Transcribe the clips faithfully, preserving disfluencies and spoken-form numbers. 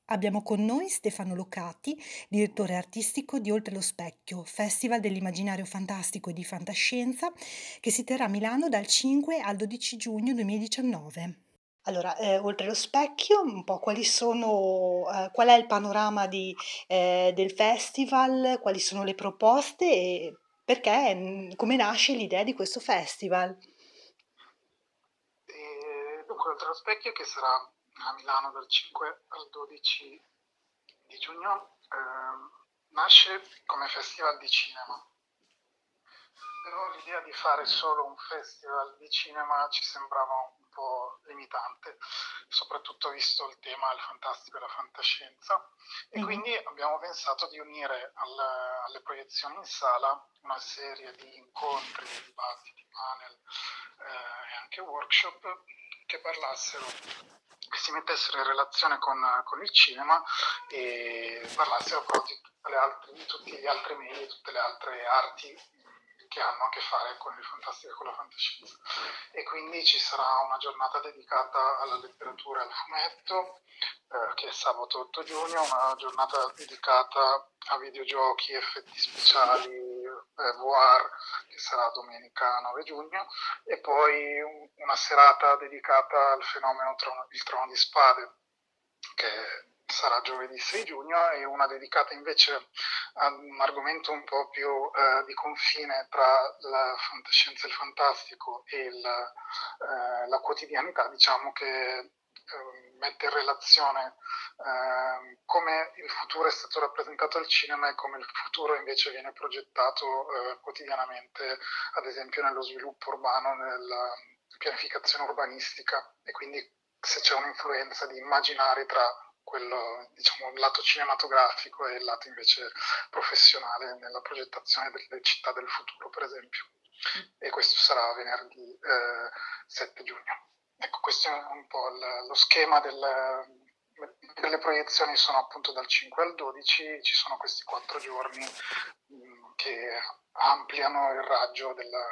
Abbiamo con noi Stefano Locati, direttore artistico di Oltre lo Specchio, Festival dell'immaginario fantastico e di fantascienza, che si terrà a Milano dal cinque al dodici giugno duemiladiciannove. Allora, eh, oltre lo specchio, un po' quali sono, eh, qual è il panorama di, eh, del festival, quali sono le proposte e perché, mm, come nasce l'idea di questo festival? E dunque, Oltre lo Specchio, che sarà a Milano dal cinque al dodici di giugno, ehm, nasce come festival di cinema. Però l'idea di fare solo un festival di cinema ci sembrava un po' limitante, soprattutto visto il tema del fantastico e la fantascienza, e Mhm. quindi abbiamo pensato di unire al- alle proiezioni in sala una serie di incontri, dibattiti, panel eh, e anche workshop che parlassero, che si mettessero in relazione con, con il cinema e parlassero però di, tutte le altre, di tutti gli altri media, tutte le altre arti che hanno a che fare con il fantastico e con la fantascienza. E quindi ci sarà una giornata dedicata alla letteratura e al fumetto, eh, che è sabato otto giugno, una giornata dedicata a videogiochi, effetti speciali, eh, V R, che sarà domenica nove giugno, e poi un- una serata dedicata al fenomeno trono, il Trono di Spade, che sarà giovedì sei giugno, e una dedicata invece a un argomento un po' più eh, di confine tra la fantascienza e il fantastico e il, eh, la quotidianità, diciamo, che eh, mette in relazione eh, come il futuro è stato rappresentato al cinema e come il futuro invece viene progettato eh, quotidianamente, ad esempio nello sviluppo urbano, nella pianificazione urbanistica, e quindi se c'è un'influenza di immaginari tra quello, diciamo, il lato cinematografico e il lato invece professionale nella progettazione delle città del futuro, per esempio. E questo sarà venerdì eh, sette giugno. Ecco, questo è un po' il- lo schema del, delle proiezioni. Sono appunto dal cinque al dodici, ci sono questi quattro giorni mh, che ampliano il raggio della,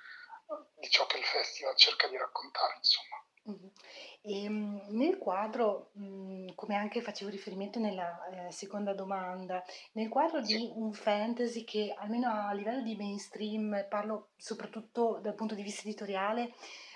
di ciò che il festival cerca di raccontare, insomma. Mh-mh. Ehm, nel quadro, mhmm, come anche facevo riferimento nella, ehm, seconda domanda, nel quadro Sì. di un fantasy che almeno a livello di mainstream, parlo soprattutto dal punto di vista editoriale,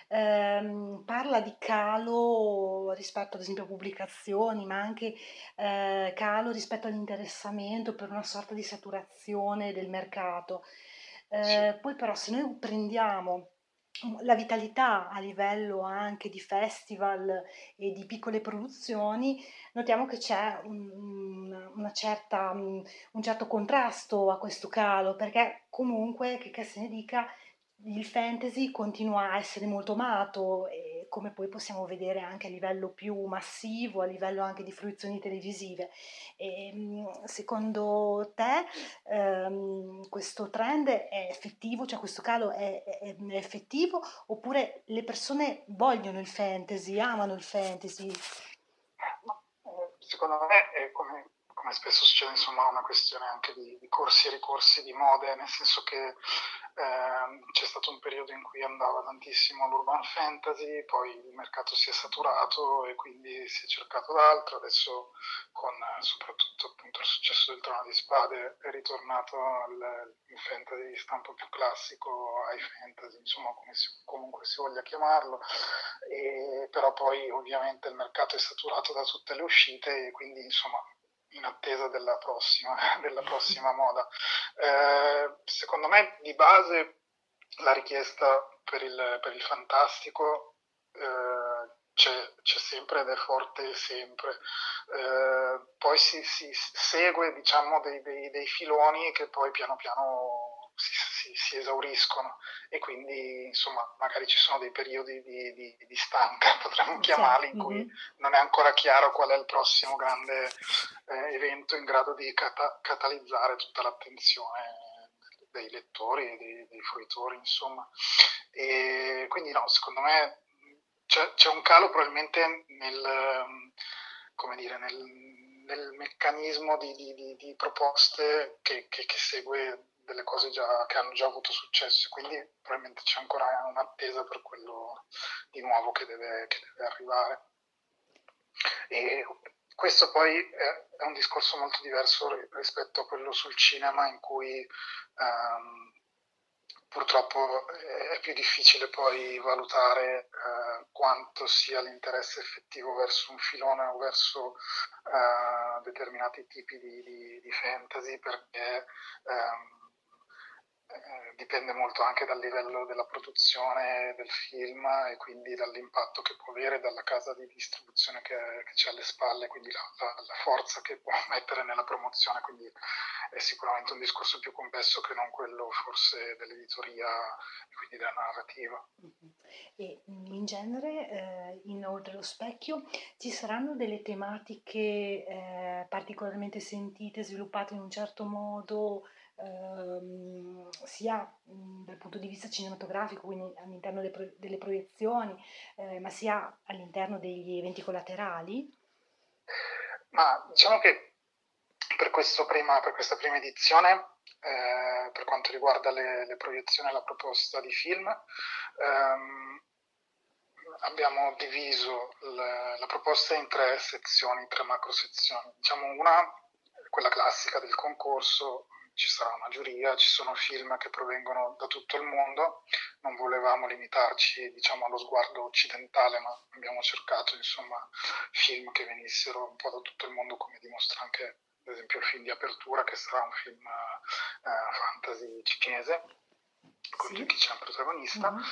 ehm, parla di calo rispetto ad esempio a pubblicazioni, ma anche, ehm, calo rispetto all'interessamento per una sorta di saturazione del mercato. Sì. Ehm, poi però se noi prendiamo la vitalità a livello anche di festival e di piccole produzioni, notiamo che c'è un un una certa mhmm, un certo contrasto a questo calo, perché comunque, checché se ne dica, il fantasy continua a essere molto amato e come poi possiamo vedere anche a livello più massivo, a livello anche di fruizioni televisive. Ehm, secondo te, ehm, questo trend è effettivo, cioè questo calo è, è- è effettivo, oppure le persone vogliono il fantasy, amano il fantasy? Ma, eh, secondo me è come, come spesso succede, insomma, una questione anche di, di corsi e ricorsi di mode, nel senso che ehm, c'è stato un periodo in cui andava tantissimo l'urban fantasy, poi il mercato si è saturato e quindi si è cercato d'altro. Adesso con eh, soprattutto appunto il successo del Trono di Spade è ritornato al, il fantasy di stampo più classico, high fantasy, insomma, come si, comunque si voglia chiamarlo. E, però poi ovviamente il mercato è saturato da tutte le uscite, e quindi insomma in attesa della prossima, della prossima moda. Eh, secondo me di base la richiesta per il, per il fantastico eh, c'è, c'è sempre ed è forte sempre. Eh, poi si, si segue, diciamo, dei, dei, dei filoni che poi piano piano si, si, si esauriscono, e quindi insomma magari ci sono dei periodi di, di, di stanca, potremmo Cioè, chiamarli, in cui mhm. non è ancora chiaro qual è il prossimo grande eh, evento in grado di cata- catalizzare tutta l'attenzione dei lettori e dei, dei fruitori, insomma. E quindi no, secondo me c'è, c'è un calo probabilmente nel, ehm, come dire, nel, nel meccanismo di, di, di, di proposte che, che, che segue delle cose già, che hanno già avuto successo, quindi probabilmente c'è ancora un'attesa per quello di nuovo che deve, che deve arrivare. E questo poi è, è un discorso molto diverso rispetto a quello sul cinema, in cui um, purtroppo è più difficile poi valutare uh, quanto sia l'interesse effettivo verso un filone o verso uh, determinati tipi di, di, di fantasy, perché um, Eh, dipende molto anche dal livello della produzione del film e quindi dall'impatto che può avere, dalla casa di distribuzione che, che c'è alle spalle, quindi la, la, la forza che può mettere nella promozione, quindi è sicuramente un discorso più complesso che non quello forse dell'editoria e quindi della narrativa. E in genere eh, in Oltre lo specchio ci saranno delle tematiche eh, particolarmente sentite, sviluppate in un certo modo, ehm, sia mh, dal punto di vista cinematografico, quindi all'interno delle, pro- delle proiezioni, eh, ma sia all'interno degli eventi collaterali? Ma diciamo che per, questo prima, per questa prima edizione, eh, per quanto riguarda le, le proiezioni e la proposta di film, ehm, abbiamo diviso la, la proposta in tre sezioni, tre macro sezioni. Diciamo una, quella classica del concorso, ci sarà una giuria, ci sono film che provengono da tutto il mondo, non volevamo limitarci, diciamo, allo sguardo occidentale, ma abbiamo cercato, insomma, film che venissero un po' da tutto il mondo, come dimostra anche, ad esempio, il film di apertura, che sarà un film eh, fantasy cinese, con Sì. Jackie Chan protagonista. Mhm.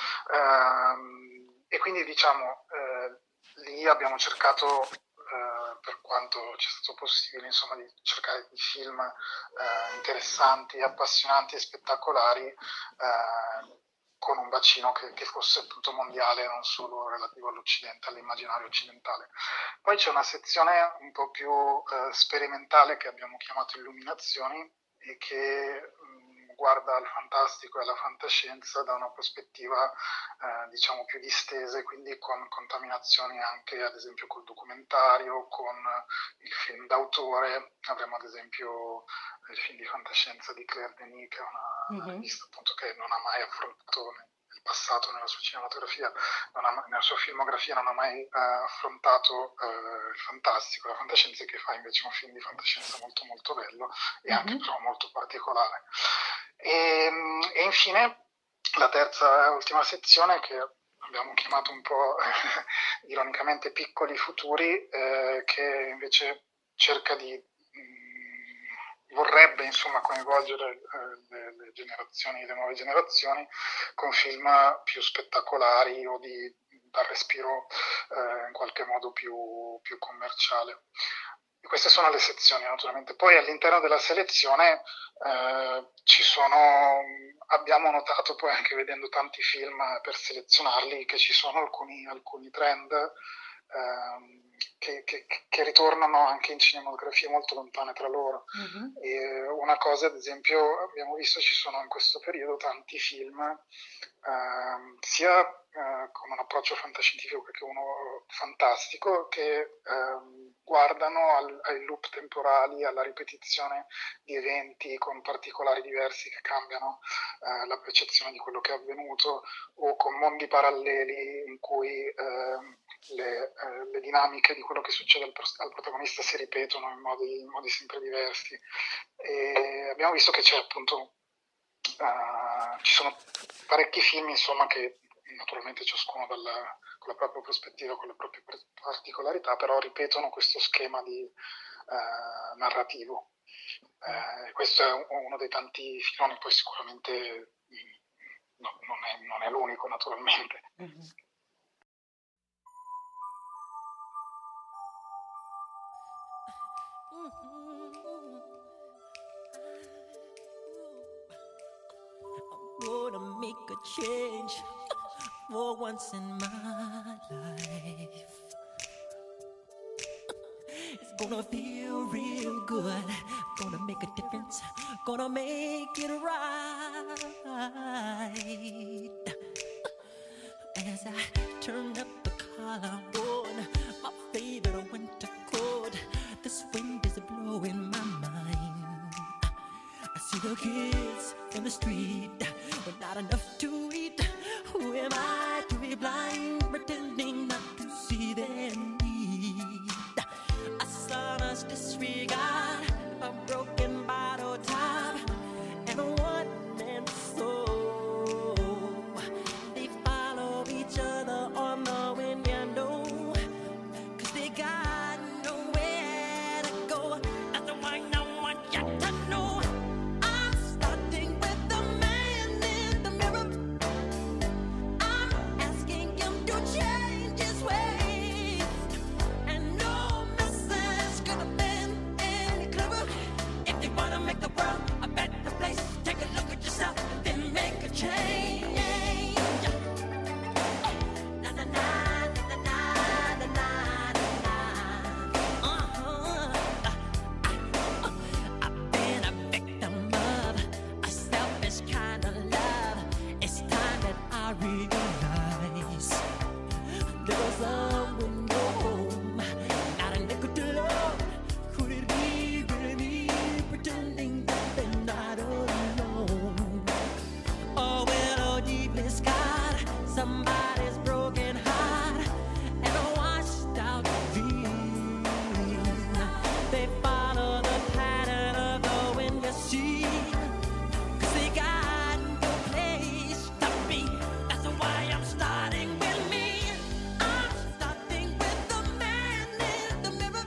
Ehm, e quindi, diciamo, eh, lì abbiamo cercato, eh, per quanto ci è stato possibile, insomma, di cercare di film eh, interessanti, appassionanti e spettacolari, eh, con un bacino che, che fosse appunto mondiale, non solo relativo all'Occidente, all'immaginario occidentale. Poi c'è una sezione un po' più eh, sperimentale che abbiamo chiamato Illuminazioni e che mh, guarda al fantastico e alla fantascienza da una prospettiva eh, diciamo più distese, quindi con contaminazioni anche ad esempio col documentario, con il film d'autore. Avremo ad esempio il film di fantascienza di Claire Denis, che è una Mhm. regista appunto che non ha mai affrontato nel passato nella sua cinematografia, non ha, nella sua filmografia non ha mai eh, affrontato eh, il fantastico, la fantascienza, che fa invece un film di fantascienza molto molto bello e anche Mhm. però molto particolare. E, e infine la terza e ultima sezione, che abbiamo chiamato un po' ironicamente Piccoli Futuri, eh, che invece cerca di mh, vorrebbe insomma coinvolgere eh, le, le generazioni, le nuove generazioni con film più spettacolari o di dal respiro eh, in qualche modo più, più commerciale. E queste sono le sezioni, naturalmente. Poi all'interno della selezione eh, ci sono, abbiamo notato poi anche vedendo tanti film per selezionarli, che ci sono alcuni, alcuni trend ehm, che, che, che ritornano anche in cinematografie molto lontane tra loro. Mhm. E una cosa, ad esempio, abbiamo visto ci sono in questo periodo tanti film, ehm, sia eh, con un approccio fantascientifico che uno fantastico, che ehm, guardano al, ai loop temporali, alla ripetizione di eventi con particolari diversi che cambiano eh, la percezione di quello che è avvenuto, o con mondi paralleli in cui eh, le, eh, le dinamiche di quello che succede al, al protagonista si ripetono in modi, in modi sempre diversi. E abbiamo visto che c'è appunto uh, ci sono parecchi film, insomma, che naturalmente ciascuno dalla, con la propria prospettiva, con le proprie particolarità, però ripetono questo schema di uh, narrativo. Uh, questo è uno dei tanti filoni, poi sicuramente no, non, è, non è l'unico, naturalmente. Mhm. I'm gonna make a change for once in my life. It's gonna feel real good. Gonna make a difference. Gonna make it right. As I turn up the collar on my favorite winter coat, this wind is blowing my mind. I see the kids in the street with not enough to eat. Who am I to be blind, pretending not to see their need? I saw I realize there was someone home, not a nickel to love. Could it be really me pretending that they're not alone? Oh, well, oh, deeply scarred, somebody's broken heart and a washed out dream. They follow the pattern of the wind, you see, 'cause they got no place to be. That's why I'm starting with me. I'm starting with the man in the mirror.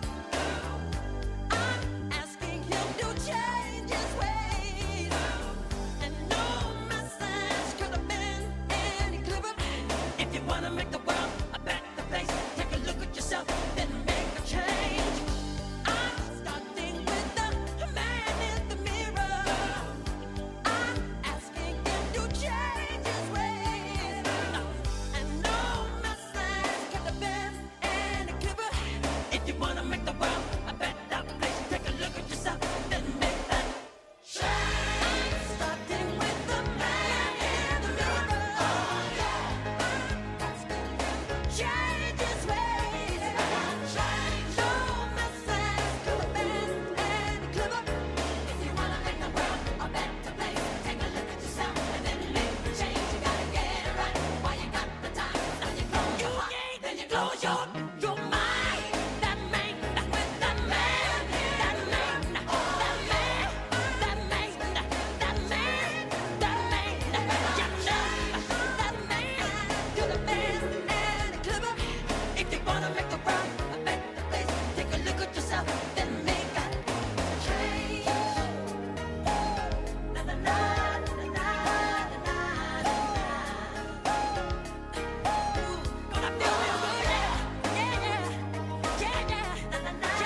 I'm asking him to change his ways. And no message could have been any clearer. If you wanna make the world a better place, take a look at yourself, then make a change. I'm starting with the man in the mirror. I'm asking him to change his ways. And no message could have been any clearer. If you wanna make the world a better place, take a look at yourself, then make that change. I'm starting with the man in the mirror. I'm asking him to change his ways. No message could have been any clearer. If you wanna make the world a better place, take a look at yourself and then make the change. You gotta get it right while you got the time. Now you close your heart, then you close your your mind. That man, that with that man, that man, that man, that man, that man, that man, you know, that man could have been any clearer. If you wanna make the world a better place, take a look at yourself, then make a change. Na na na na na na na na. Ooh, gonna feel real good, yeah, yeah, yeah, yeah, yeah. Na na na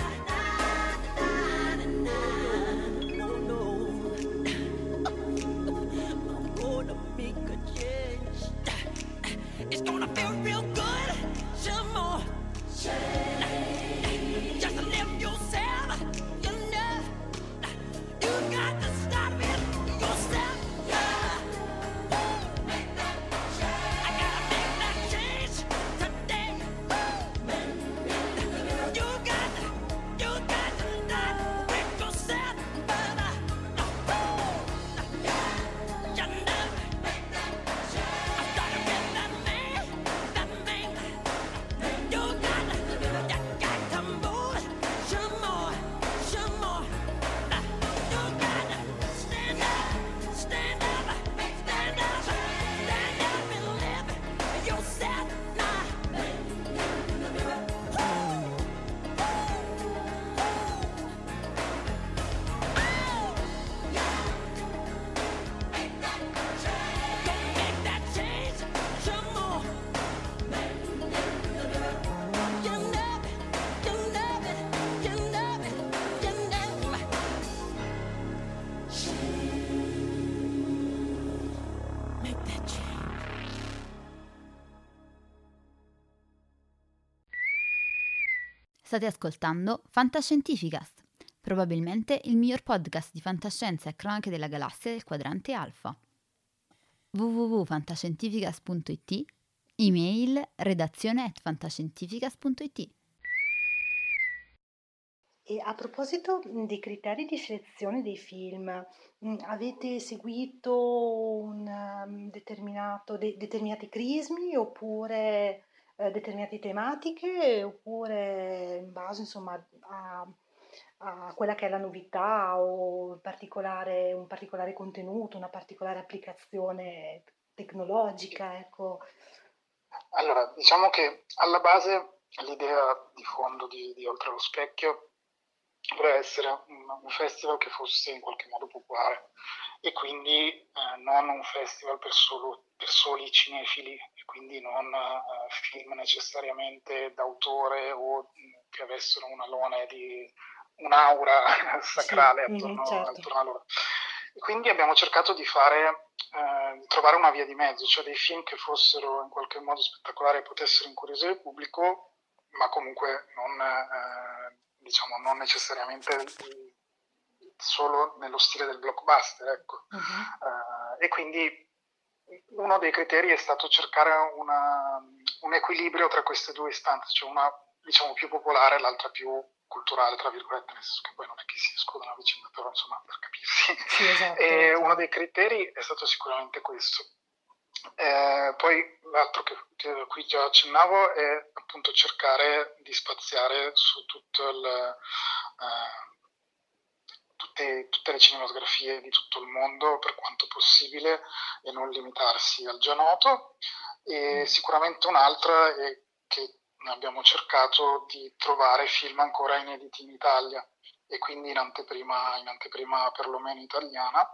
na na na na. No, no, I'm gonna make a change. It's gonna feel real good. Some more. Just live yourself. You know, you got to start with yourself. Yeah. Make that change. I gotta make that change today. You got to, you got to start with yourself, brother. You know, make that change. I'm starting with that man, that man. You got to, you got to move some more, some more. You got to stand up, stand up, stand up, stand up and live yourself now. Make that change some more. You know it, you know it, you know it, you know it. Make that change. State ascoltando Fantascientificast, probabilmente il miglior podcast di fantascienza e cronache della galassia del quadrante alfa. w w w punto fantascientificast punto i t, email redazione at fantascientificast punto i t. E a proposito mh, dei criteri di selezione dei film, mh, avete seguito un um, determinato, de- determinati crismi oppure eh, determinate tematiche oppure in base insomma a, a quella che è la novità o in particolare, un particolare contenuto, una particolare applicazione tecnologica, ecco. Allora, diciamo che alla base l'idea di fondo di, di Oltre lo Specchio voleva essere un, un festival che fosse in qualche modo popolare e quindi eh, non un festival per, solo, per soli cinefili e quindi non eh, film necessariamente d'autore o mh, che avessero un alone di un'aura sacrale Sì, attorno, mhm, certo. attorno a loro. E quindi abbiamo cercato di fare, eh, di trovare una via di mezzo, cioè dei film che fossero in qualche modo spettacolari e potessero incuriosire il pubblico, ma comunque non, eh, diciamo, non necessariamente solo nello stile del blockbuster, ecco. Mhm. Eh, e quindi uno dei criteri è stato cercare una, un equilibrio tra queste due istanze, cioè una diciamo più popolare e l'altra più culturale, tra virgolette, nel senso che poi non è che si escludano a vicenda, però insomma per capirsi. Sì, esatto. E cioè. uno dei criteri è stato sicuramente questo. Eh, poi l'altro che, che qui già accennavo è appunto cercare di spaziare su tutto il, eh, tutte, tutte le cinematografie di tutto il mondo per quanto possibile e non limitarsi al già noto. E sicuramente un'altra è che abbiamo cercato di trovare film ancora inediti in Italia e quindi in anteprima, in anteprima perlomeno italiana,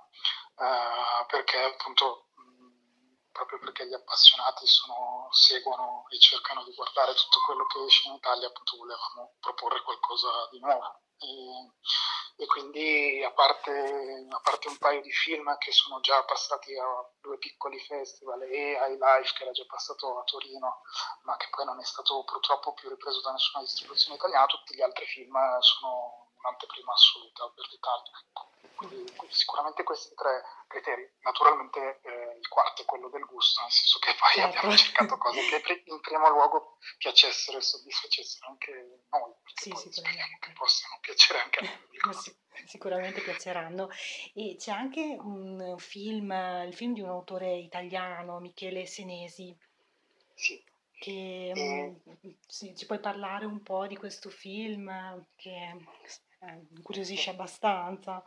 eh, perché appunto proprio perché gli appassionati sono, seguono e cercano di guardare tutto quello che esce in Italia, appunto volevamo proporre qualcosa di nuovo. E, e quindi a parte, a parte un paio di film che sono già passati a due piccoli festival e High Life che era già passato a Torino, ma che poi non è stato purtroppo più ripreso da nessuna distribuzione italiana, tutti gli altri film sono un'anteprima assoluta per l'Italia. Quindi sicuramente questi tre criteri. Naturalmente eh, il quarto è quello del gusto, nel senso che poi Certo. abbiamo cercato cose che in primo luogo piacessero e soddisfacessero anche noi, perché Sì, poi sicuramente. speriamo che possano piacere anche al pubblico. Sì, sicuramente piaceranno. E c'è anche un film, il film di un autore italiano, Michele Senesi, Sì. che E... mm, sì, ci puoi parlare un po' di questo film che eh, incuriosisce abbastanza.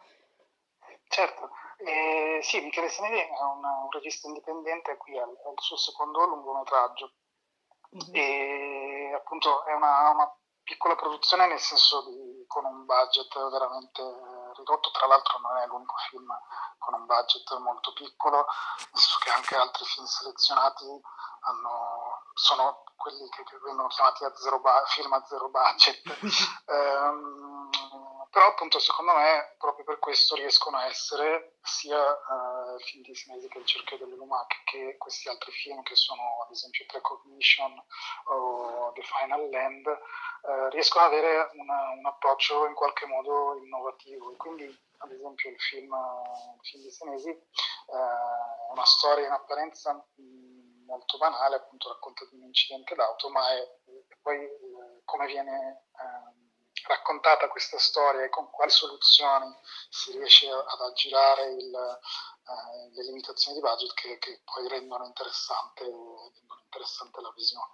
Certo, eh, sì, Michele Senesi è un, un regista indipendente, qui è il suo secondo lungometraggio. Mm-hmm. E appunto è una, una piccola produzione, nel senso di, con un budget veramente ridotto, tra l'altro non è l'unico film con un budget molto piccolo, visto che anche altri film selezionati hanno, sono quelli che, che vengono chiamati a zero ba- film a zero budget. um, però appunto secondo me proprio per questo riescono a essere sia uh, il film di Senesi che Il cerchio delle lumache che questi altri film che sono ad esempio Precognition o The Final Land, uh, riescono ad avere una, un approccio in qualche modo innovativo. E quindi ad esempio il film, uh, il film di Senesi uh, è una storia in apparenza mh, molto banale, appunto racconta di un incidente d'auto, ma è, è poi uh, come viene uh, raccontata questa storia e con quali soluzioni si riesce ad aggirare il, eh, le limitazioni di budget che, che poi rendono interessante, rendono interessante la visione.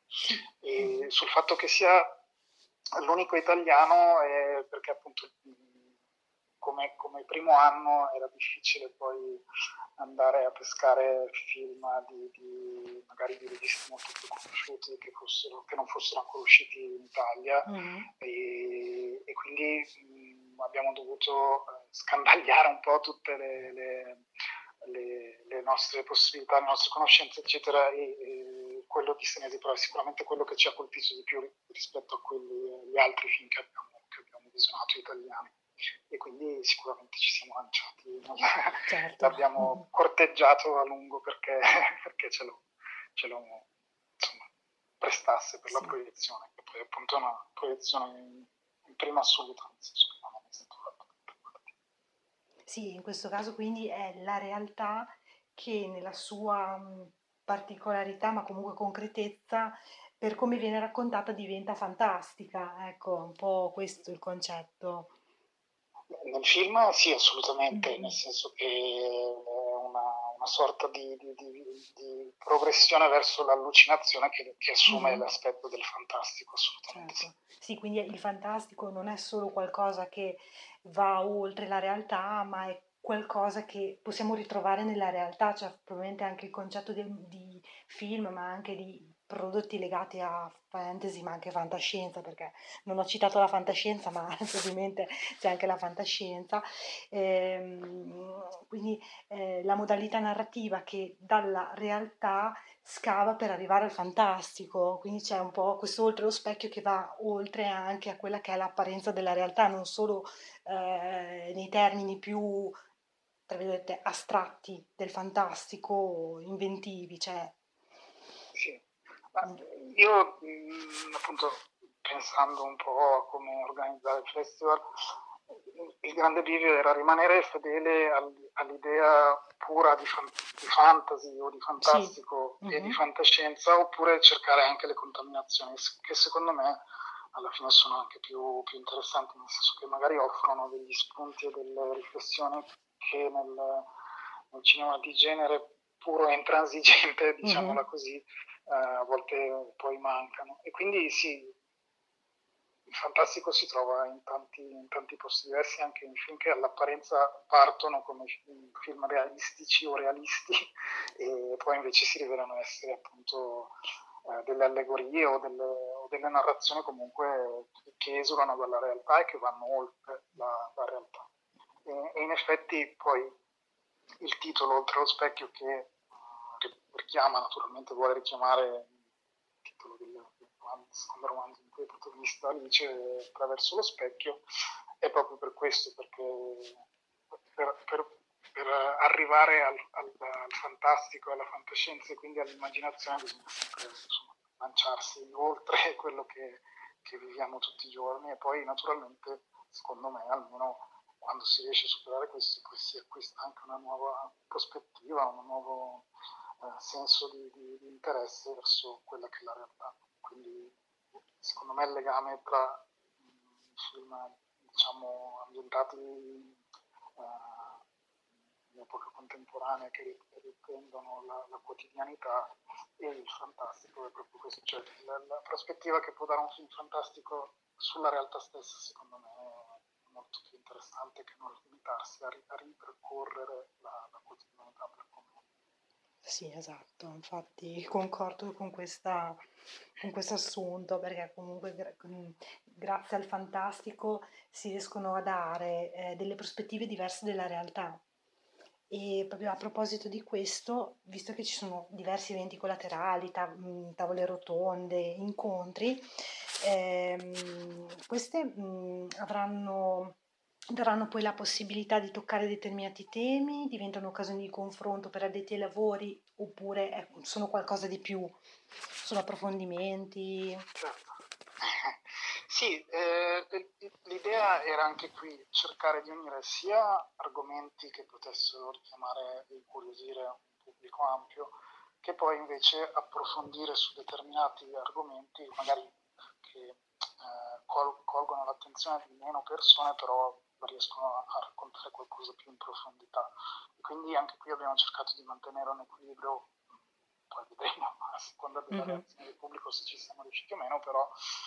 E sul fatto che sia l'unico italiano è perché appunto come, come primo anno era difficile poi andare a pescare film di, di magari di registi molto più conosciuti che, fossero, che non fossero ancora usciti in Italia. Mm-hmm. e, e quindi mh, abbiamo dovuto scandagliare un po' tutte le, le, le, le nostre possibilità, le nostre conoscenze eccetera e, e quello di Senesi però è sicuramente quello che ci ha colpito di più rispetto a quelli, gli altri film che abbiamo, che abbiamo visionato italiani. E quindi sicuramente ci siamo lanciati, certo. L'abbiamo corteggiato a lungo perché, perché ce lo, ce lo insomma, prestasse per sì. La proiezione, che poi appunto è una proiezione in, in prima assoluta, nel senso che non è stato fatto. Sì, in questo caso quindi è la realtà che nella sua particolarità, ma comunque concretezza, per come viene raccontata diventa fantastica, ecco, un po' questo è il concetto. Nel film sì, assolutamente, mm-hmm. nel senso che è una, una sorta di, di, di, di progressione verso l'allucinazione che, che assume mm-hmm. l'aspetto del fantastico, assolutamente certo. Sì. Sì, quindi il fantastico non è solo qualcosa che va oltre la realtà, ma è qualcosa che possiamo ritrovare nella realtà, cioè probabilmente anche il concetto di, di film, ma anche di prodotti legati a fantasy, ma anche fantascienza, perché non ho citato la fantascienza, ma ovviamente c'è anche la fantascienza. Ehm, quindi eh, la modalità narrativa che dalla realtà scava per arrivare al fantastico, quindi c'è un po' questo oltre lo specchio che va oltre anche a quella che è l'apparenza della realtà, non solo eh, nei termini più tra virgolette astratti del fantastico, inventivi, cioè. Sì, ma io mh, appunto pensando un po' a come organizzare il festival, il grande bivio era rimanere fedele al- all'idea pura di, fan- di fantasy o di fantastico Sì. e di Mhm. fantascienza, oppure cercare anche le contaminazioni, s- che secondo me alla fine sono anche più, più interessanti, nel senso che magari offrono degli spunti e delle riflessioni che nel, nel cinema di genere puro e intransigente, diciamola Mhm. così, eh, a volte poi mancano. E quindi sì, il fantastico si trova in tanti, in tanti posti diversi, anche in film che all'apparenza partono come fi- film realistici o realisti e poi invece si rivelano essere appunto eh, delle allegorie o delle, o delle narrazioni comunque che esulano dalla realtà e che vanno oltre la, la realtà. E, e in effetti poi il titolo Oltre lo specchio, che eh, richiama, naturalmente vuole richiamare il titolo del, del romanzo, secondo romanzo in cui il protagonista Alice attraverso lo specchio, è proprio per questo, perché per, per, per arrivare al, al, al fantastico, alla fantascienza e quindi all'immaginazione bisogna sempre insomma, lanciarsi oltre quello che, che viviamo tutti i giorni, e poi naturalmente secondo me almeno quando si riesce a superare questo poi si acquista anche una nuova prospettiva, un nuovo eh, senso di, di, di interesse verso quella che è la realtà. Quindi secondo me il legame tra i film diciamo ambientati eh, in epoca contemporanea che riprendono la, la quotidianità e il fantastico è proprio questo, cioè la, la prospettiva che può dare un film fantastico sulla realtà stessa secondo me è molto più interessante che non limitarsi a, ri- a ripercorrere la, la quotidianità per com'è. Sì, esatto, infatti concordo con questa, con questo assunto, perché comunque gra- con- grazie al fantastico si riescono a dare eh, delle prospettive diverse della realtà. E proprio a proposito di questo, visto che ci sono diversi eventi collaterali, ta- mh, tavole rotonde, incontri, ehm, queste mh, avranno, daranno poi la possibilità di toccare determinati temi, diventano occasioni di confronto per addetti ai lavori, oppure eh, sono qualcosa di più, sono approfondimenti. Certo. Sì, eh, l'idea era anche qui cercare di unire sia argomenti che potessero richiamare e incuriosire un pubblico ampio, che poi invece approfondire su determinati argomenti, magari che eh, col- colgono l'attenzione di meno persone, però riescono a, a raccontare qualcosa più in profondità. E quindi anche qui abbiamo cercato di mantenere un equilibrio, poi vedremo a seconda della Mhm. reazione del pubblico se ci siamo riusciti o meno, però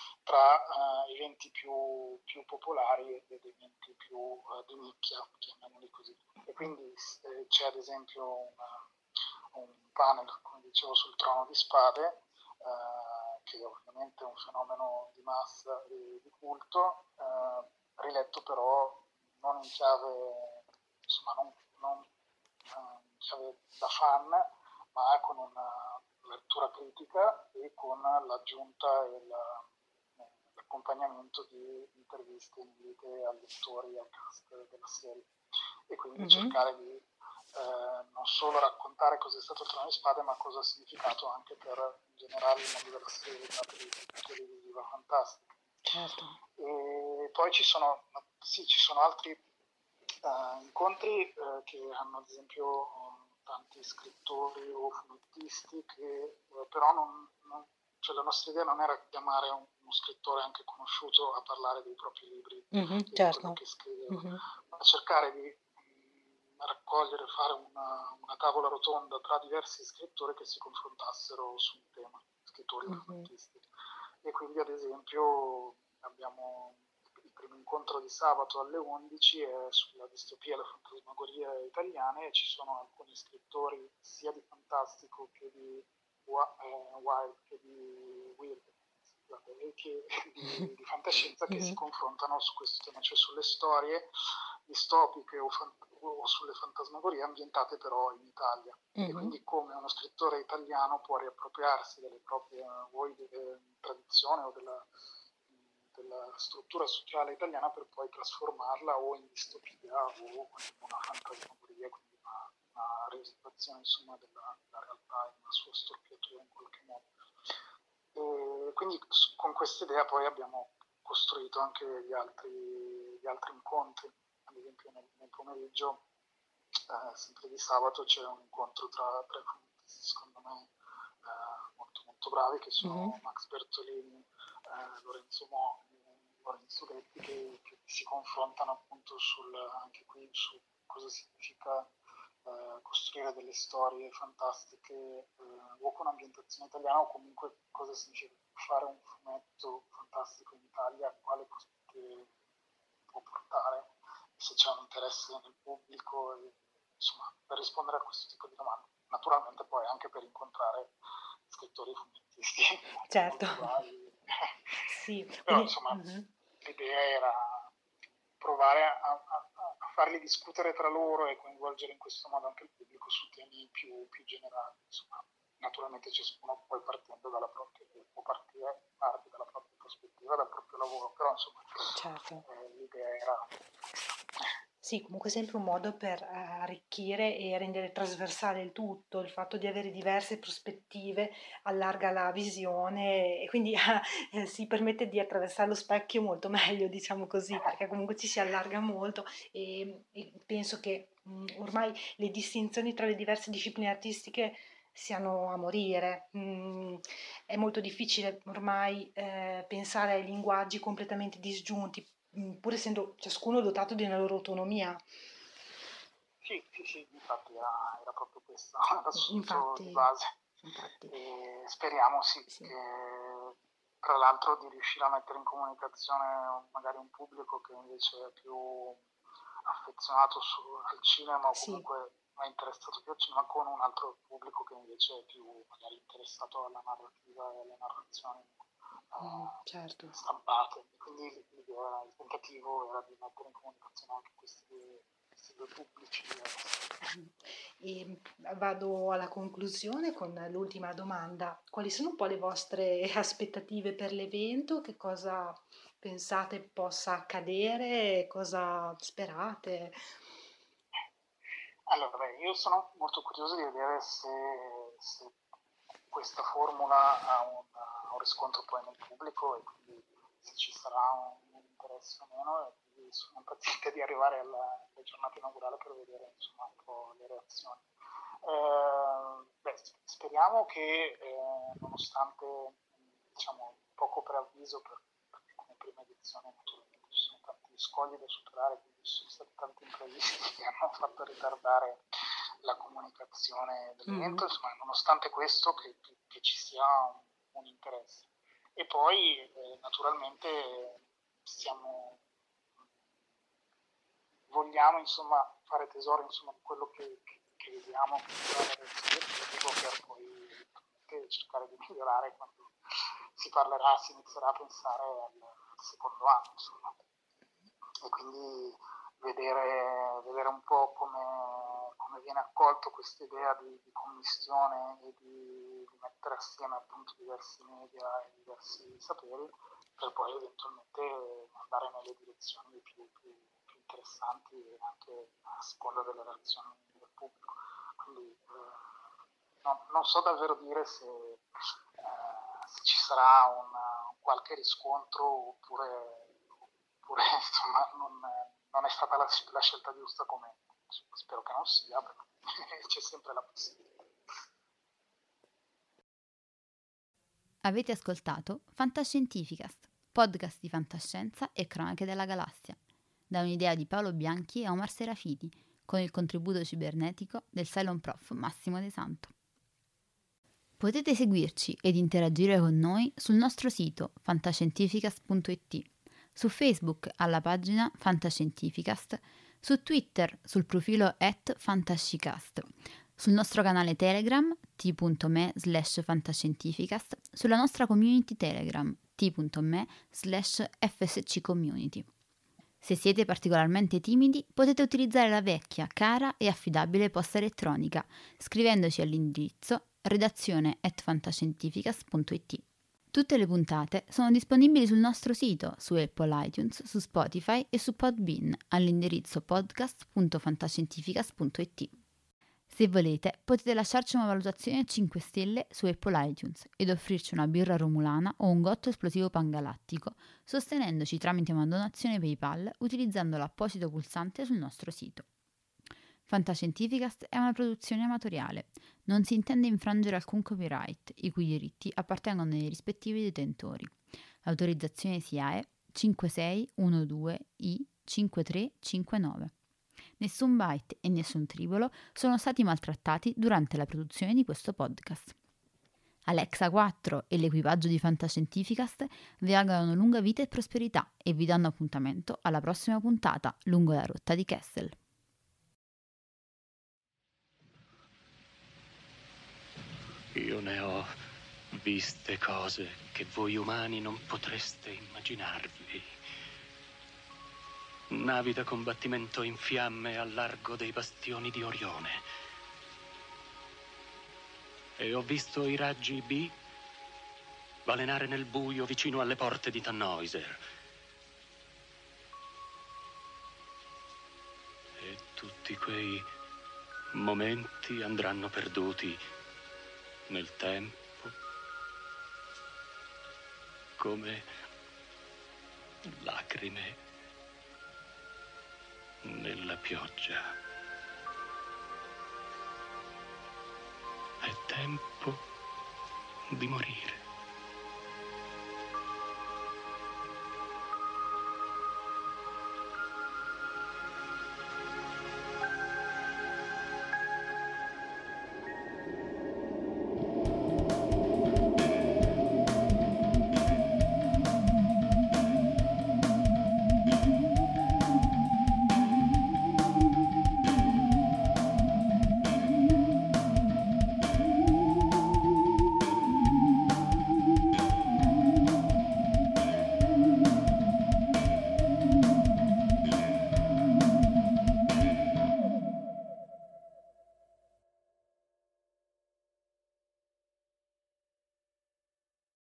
tra eh, eventi più, più popolari ed eventi più eh, di nicchia, chiamiamoli così. E quindi eh, c'è ad esempio una, un panel, come dicevo, sul Trono di Spade, eh, che ovviamente è un fenomeno di massa e di culto, eh, riletto però non in chiave, insomma, non, non eh, in chiave da fan, ma con una lettura critica e con l'aggiunta e la, l'accompagnamento di interviste inedite agli attori e al cast della serie. E quindi Mhm. cercare di eh, non solo raccontare cosa è stato il Trono di Spade, ma cosa ha significato anche per in generale il mondo della serie televisiva fantastica. Certo. E poi ci sono, sì, ci sono altri eh, incontri eh, che hanno ad esempio eh, tanti scrittori o fumettisti che eh, però non, non, cioè la nostra idea non era chiamare un, uno scrittore anche conosciuto a parlare dei propri libri Mhm, e di quello certo. che scriveva, Mhm. ma cercare di mh, raccogliere, fare una, una tavola rotonda tra diversi scrittori che si confrontassero su un tema, scrittori o Mhm. fumettisti. E quindi ad esempio abbiamo il primo incontro di sabato alle undici è sulla distopia e la fantasmagoria italiane, e ci sono alcuni scrittori sia di fantastico che di wa- eh, wild che di weird e che di, di fantascienza che si Mhm. confrontano su questo tema, cioè sulle storie distopiche o, fan- o sulle fantasmagorie ambientate però in Italia. E Mhm. quindi come uno scrittore italiano può riappropriarsi delle proprie voi di tradizione o della, della struttura sociale italiana per poi trasformarla o in distopia o in una fantasmagoria, quindi una, una realizzazione insomma della, della realtà in una sua storpiatura in qualche modo. E quindi con questa idea poi abbiamo costruito anche gli altri degli altri incontri. Ad esempio nel, nel pomeriggio, eh, sempre di sabato, c'è un incontro tra tre fumettisti secondo me eh, molto molto bravi, che sono Mhm. Max Bertolini, eh, Lorenzo Mo, Lorenzo Letti, che, che si confrontano appunto sul, anche qui su cosa significa eh, costruire delle storie fantastiche eh, o con ambientazione italiana, o comunque cosa significa fare un fumetto fantastico in Italia, quale prospettive può portare, se c'è un interesse nel pubblico, e, insomma, per rispondere a questo tipo di domande. Naturalmente poi anche per incontrare scrittori e fumettisti Certo. molto bravi. Sì, Però quindi insomma mhm. l'idea era provare a, a, a farli discutere tra loro e coinvolgere in questo modo anche il pubblico su temi più, più generali. Insomma, naturalmente ciascuno poi partendo dalla propria, può partire parte dalla propria prospettiva, dal proprio lavoro, però insomma Certo. eh, l'idea era questa. Sì, comunque sempre un modo per eh, arricchire e rendere trasversale il tutto, il fatto di avere diverse prospettive allarga la visione e quindi eh, si permette di attraversare lo specchio molto meglio, diciamo così, perché comunque ci si allarga molto e, e penso che mh, ormai le distinzioni tra le diverse discipline artistiche siano a morire. Mm, è molto difficile ormai eh, pensare ai linguaggi completamente disgiunti, mh, pur essendo ciascuno dotato di una loro autonomia. Sì, sì, sì, infatti era, era proprio questo l'assunto Infatti, di base. infatti, E speriamo sì, sì. che tra l'altro di riuscire a mettere in comunicazione magari un pubblico che invece è più affezionato su, al cinema, o Sì. comunque è interessato più al cinema, con un altro pubblico che invece è più magari interessato alla narrativa e alle narrazioni Mm, eh, certo. stampate. Quindi l'idea, il tentativo era di mettere in comunicazione anche questi due, questi due pubblici diversi. E vado alla conclusione con l'ultima domanda. Quali sono un po' le vostre aspettative per l'evento? Che cosa pensate possa accadere? Cosa sperate? Allora, beh, io sono molto curioso di vedere se, se questa formula ha un, ha un riscontro poi nel pubblico, e quindi se ci sarà un, un interesse o meno, e quindi sono impaziente di arrivare alla, alla giornata inaugurale per vedere insomma un po' le reazioni. Eh, beh, speriamo che eh, nonostante diciamo poco preavviso, per, perché come prima edizione naturalmente ci sono tanti scogli da superare, quindi ci sono stati tanti imprevisti che hanno fatto ritardare la comunicazione dell'evento, Mhm. insomma, nonostante questo che, che, che ci sia un, un interesse. E poi eh, naturalmente stiamo vogliamo insomma fare tesoro insomma di quello che, che, che vediamo, che sarà la reazione del pubblico, per poi cercare di migliorare quando si parlerà, si inizierà a pensare al, al secondo anno, insomma. E quindi vedere, vedere un po' come, come viene accolto questa idea di, di commistione e di, di mettere assieme appunto diversi media e diversi saperi, per poi eventualmente andare nelle direzioni più, più, più interessanti, anche a seconda delle reazioni del pubblico. Quindi eh, no, non so davvero dire se, eh, se ci sarà una, un qualche riscontro oppure, oppure insomma non, non è stata la, la scelta giusta, come spero che non sia, perché c'è sempre la possibilità. Avete ascoltato Fantascientificast, podcast di fantascienza e cronache della galassia, da un'idea di Paolo Bianchi e Omar Serafiti, con il contributo cibernetico del Cylon Prof Massimo De Santo. Potete seguirci ed interagire con noi sul nostro sito fantascientificast punto it, su Facebook alla pagina Fantascientificast, su Twitter sul profilo at fantascicast, sul nostro canale Telegram t.me slash fantascientificast, sulla nostra community Telegram t.me slash fsccommunity. Se siete particolarmente timidi, potete utilizzare la vecchia, cara e affidabile posta elettronica, scrivendoci all'indirizzo redazione at fantascientificast punto it. Tutte le puntate sono disponibili sul nostro sito, su Apple iTunes, su Spotify e su Podbean all'indirizzo podcast punto fantascientificast punto it. Se volete, potete lasciarci una valutazione a cinque stelle su Apple iTunes ed offrirci una birra romulana o un gotto esplosivo pangalattico, sostenendoci tramite una donazione PayPal utilizzando l'apposito pulsante sul nostro sito. Fantascientificast è una produzione amatoriale. Non si intende infrangere alcun copyright, i cui diritti appartengono ai rispettivi detentori. L'autorizzazione S I A E cinque sei uno due I cinque tre cinque nove. Nessun byte e nessun tribolo sono stati maltrattati durante la produzione di questo podcast. Alexa quattro e l'equipaggio di Fantascientificast vi augurano lunga vita e prosperità e vi danno appuntamento alla prossima puntata lungo la rotta di Kessel. Io ne ho viste cose che voi umani non potreste immaginarvi. Navi da combattimento in fiamme al largo dei bastioni di Orione. E ho visto i raggi B balenare nel buio vicino alle porte di Tannhäuser. E tutti quei momenti andranno perduti nel tempo, come lacrime nella pioggia. È tempo di morire.